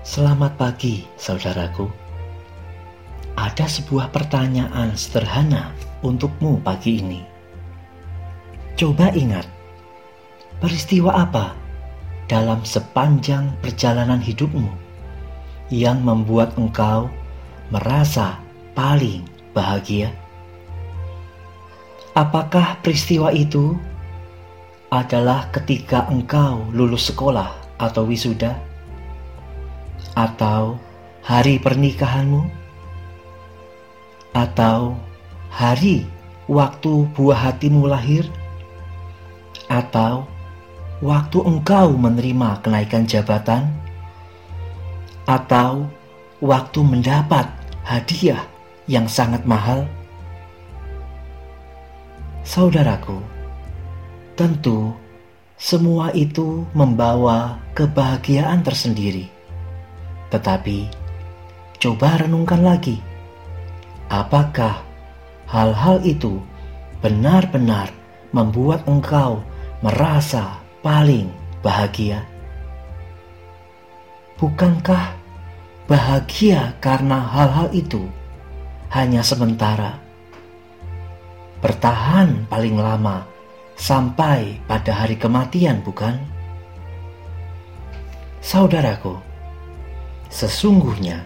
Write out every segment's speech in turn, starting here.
Selamat pagi, saudaraku. Ada sebuah pertanyaan sederhana untukmu pagi ini. Coba ingat, peristiwa apa dalam sepanjang perjalanan hidupmu yang membuat engkau merasa paling bahagia? Apakah peristiwa itu adalah ketika engkau lulus sekolah atau wisuda? Atau hari pernikahanmu? Atau hari waktu buah hatimu lahir? Atau waktu engkau menerima kenaikan jabatan? Atau waktu mendapat hadiah yang sangat mahal? Saudaraku, tentu semua itu membawa kebahagiaan tersendiri. Tetapi, coba renungkan lagi. Apakah hal-hal itu benar-benar membuat engkau merasa paling bahagia? Bukankah bahagia karena hal-hal itu hanya sementara? Bertahan paling lama sampai pada hari kematian, bukan? Saudaraku, sesungguhnya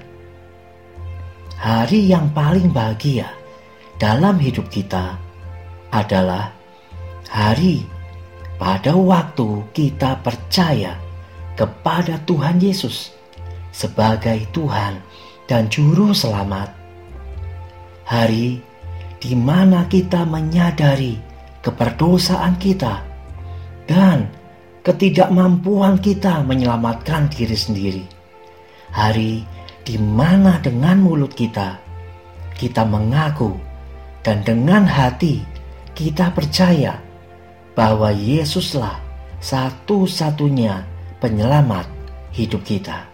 hari yang paling bahagia dalam hidup kita adalah hari pada waktu kita percaya kepada Tuhan Yesus sebagai Tuhan dan Juru Selamat. Hari di mana kita menyadari keberdosaan kita dan ketidakmampuan kita menyelamatkan diri sendiri. Hari di mana dengan mulut kita mengaku dan dengan hati kita percaya bahwa Yesuslah satu-satunya penyelamat hidup kita.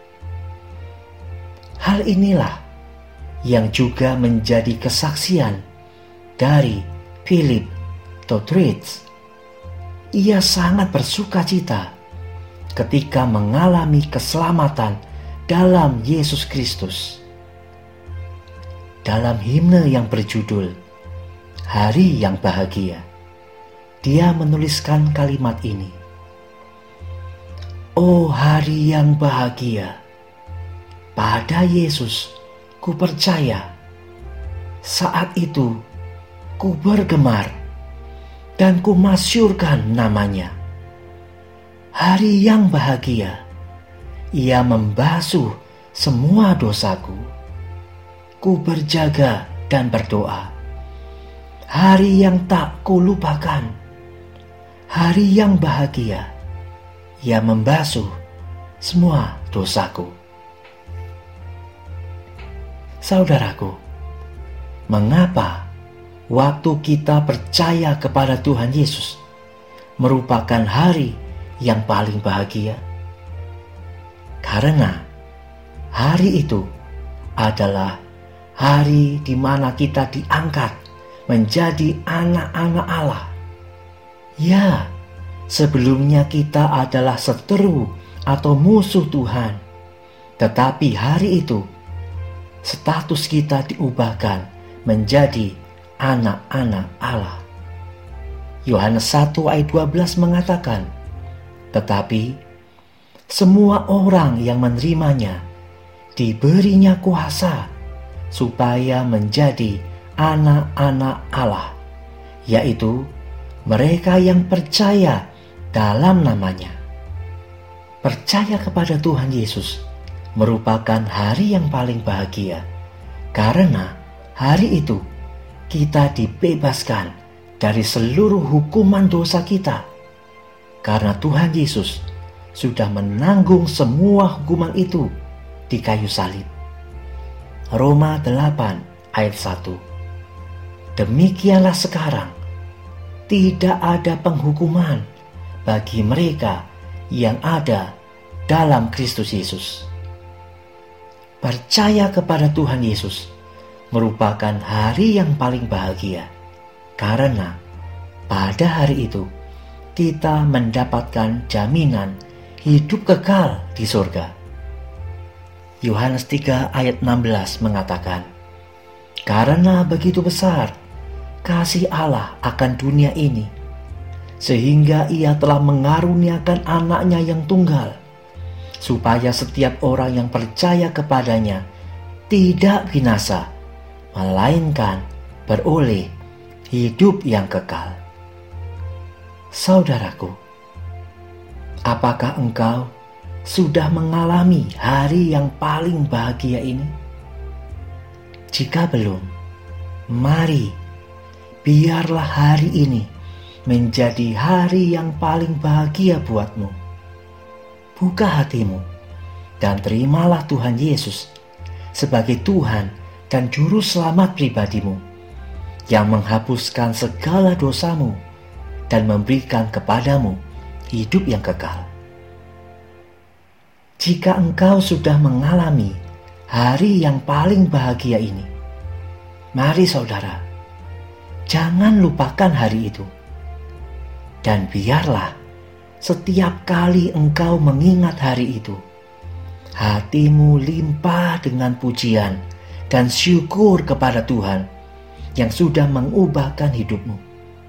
Hal inilah yang juga menjadi kesaksian dari Philip Tothridge. Ia sangat bersukacita ketika mengalami keselamatan dalam Yesus Kristus. Dalam himne yang berjudul Hari yang Bahagia, dia menuliskan kalimat ini. Oh hari yang bahagia, pada Yesus ku percaya. Saat itu ku bergemar dan ku masyurkan namanya. Hari yang bahagia, Ia membasuh semua dosaku. Ku berjaga dan berdoa. Hari yang tak kulupakan. Hari yang bahagia, Ia membasuh semua dosaku. Saudaraku, mengapa waktu kita percaya kepada Tuhan Yesus merupakan hari yang paling bahagia? Karena hari itu adalah hari di mana kita diangkat menjadi anak-anak Allah. Ya, sebelumnya kita adalah seteru atau musuh Tuhan. Tetapi hari itu status kita diubahkan menjadi anak-anak Allah. Yohanes 1 ayat 12 mengatakan, tetapi semua orang yang menerimanya diberinya kuasa supaya menjadi anak-anak Allah, yaitu mereka yang percaya dalam namanya. Percaya kepada Tuhan Yesus merupakan hari yang paling bahagia, karena hari itu kita dibebaskan dari seluruh hukuman dosa kita, karena Tuhan Yesus sudah menanggung semua hukuman itu di kayu salib. Roma 8 ayat 1. Demikianlah sekarang tidak ada penghukuman bagi mereka yang ada dalam Kristus Yesus. Percaya kepada Tuhan Yesus merupakan hari yang paling bahagia, karena pada hari itu kita mendapatkan jaminan hidup kekal di surga. Yohanes 3 ayat 16 mengatakan, "Karena begitu besar kasih Allah akan dunia ini, sehingga ia telah mengaruniakan anaknya yang tunggal, supaya setiap orang yang percaya kepadanya tidak binasa, melainkan beroleh hidup yang kekal." Saudaraku, apakah engkau sudah mengalami hari yang paling bahagia ini? Jika belum, mari biarlah hari ini menjadi hari yang paling bahagia buatmu. Buka hatimu dan terimalah Tuhan Yesus sebagai Tuhan dan Juru Selamat pribadimu, yang menghapuskan segala dosamu dan memberikan kepadamu hidup yang kekal. Jika engkau sudah mengalami hari yang paling bahagia ini, mari saudara, jangan lupakan hari itu. Dan biarlah setiap kali engkau mengingat hari itu, hatimu limpah dengan pujian dan syukur kepada Tuhan yang sudah mengubahkan hidupmu.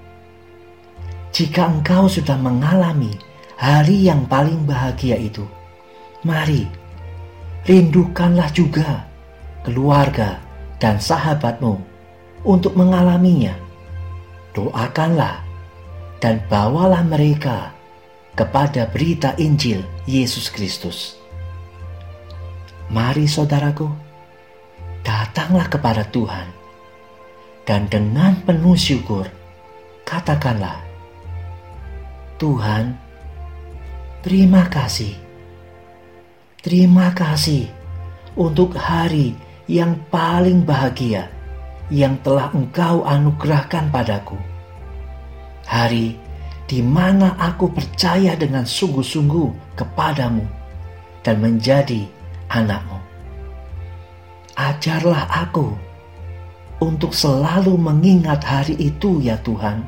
Jika engkau sudah mengalami hari yang paling bahagia itu, mari rindukanlah juga keluarga dan sahabatmu untuk mengalaminya. Doakanlah dan bawalah mereka kepada berita Injil Yesus Kristus. Mari saudaraku, datanglah kepada Tuhan dan dengan penuh syukur katakanlah, "Tuhan, terima kasih. Terima kasih untuk hari yang paling bahagia yang telah Engkau anugerahkan padaku. Hari di mana aku percaya dengan sungguh-sungguh kepadamu dan menjadi anak-Mu. Ajarlah aku untuk selalu mengingat hari itu ya Tuhan,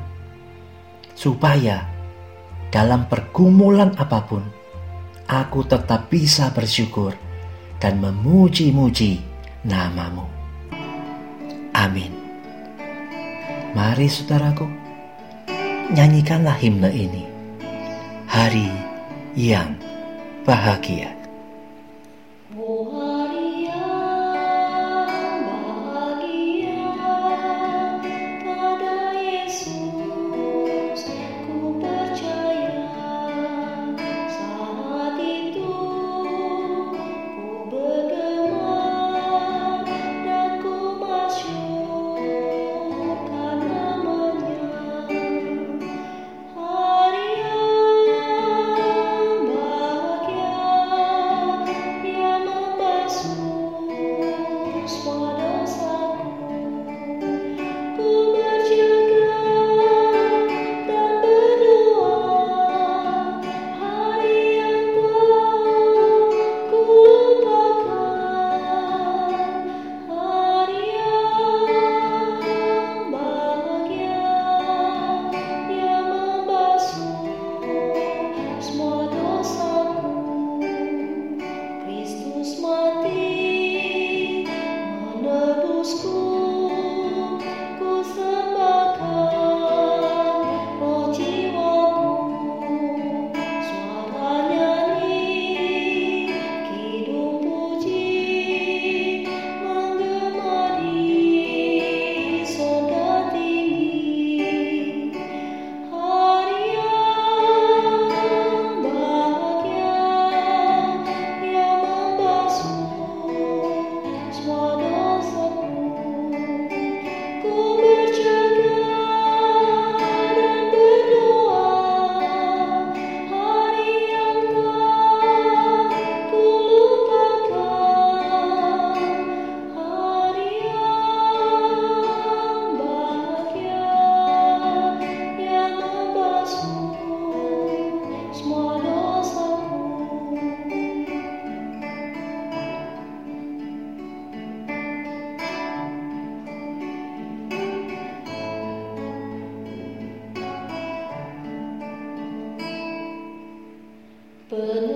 supaya dalam pergumulan apapun aku tetap bisa bersyukur dan memuji-muji nama-Mu. Amin. Mari saudaraku, nyanyikanlah himne ini, Hari yang Bahagia. Benar.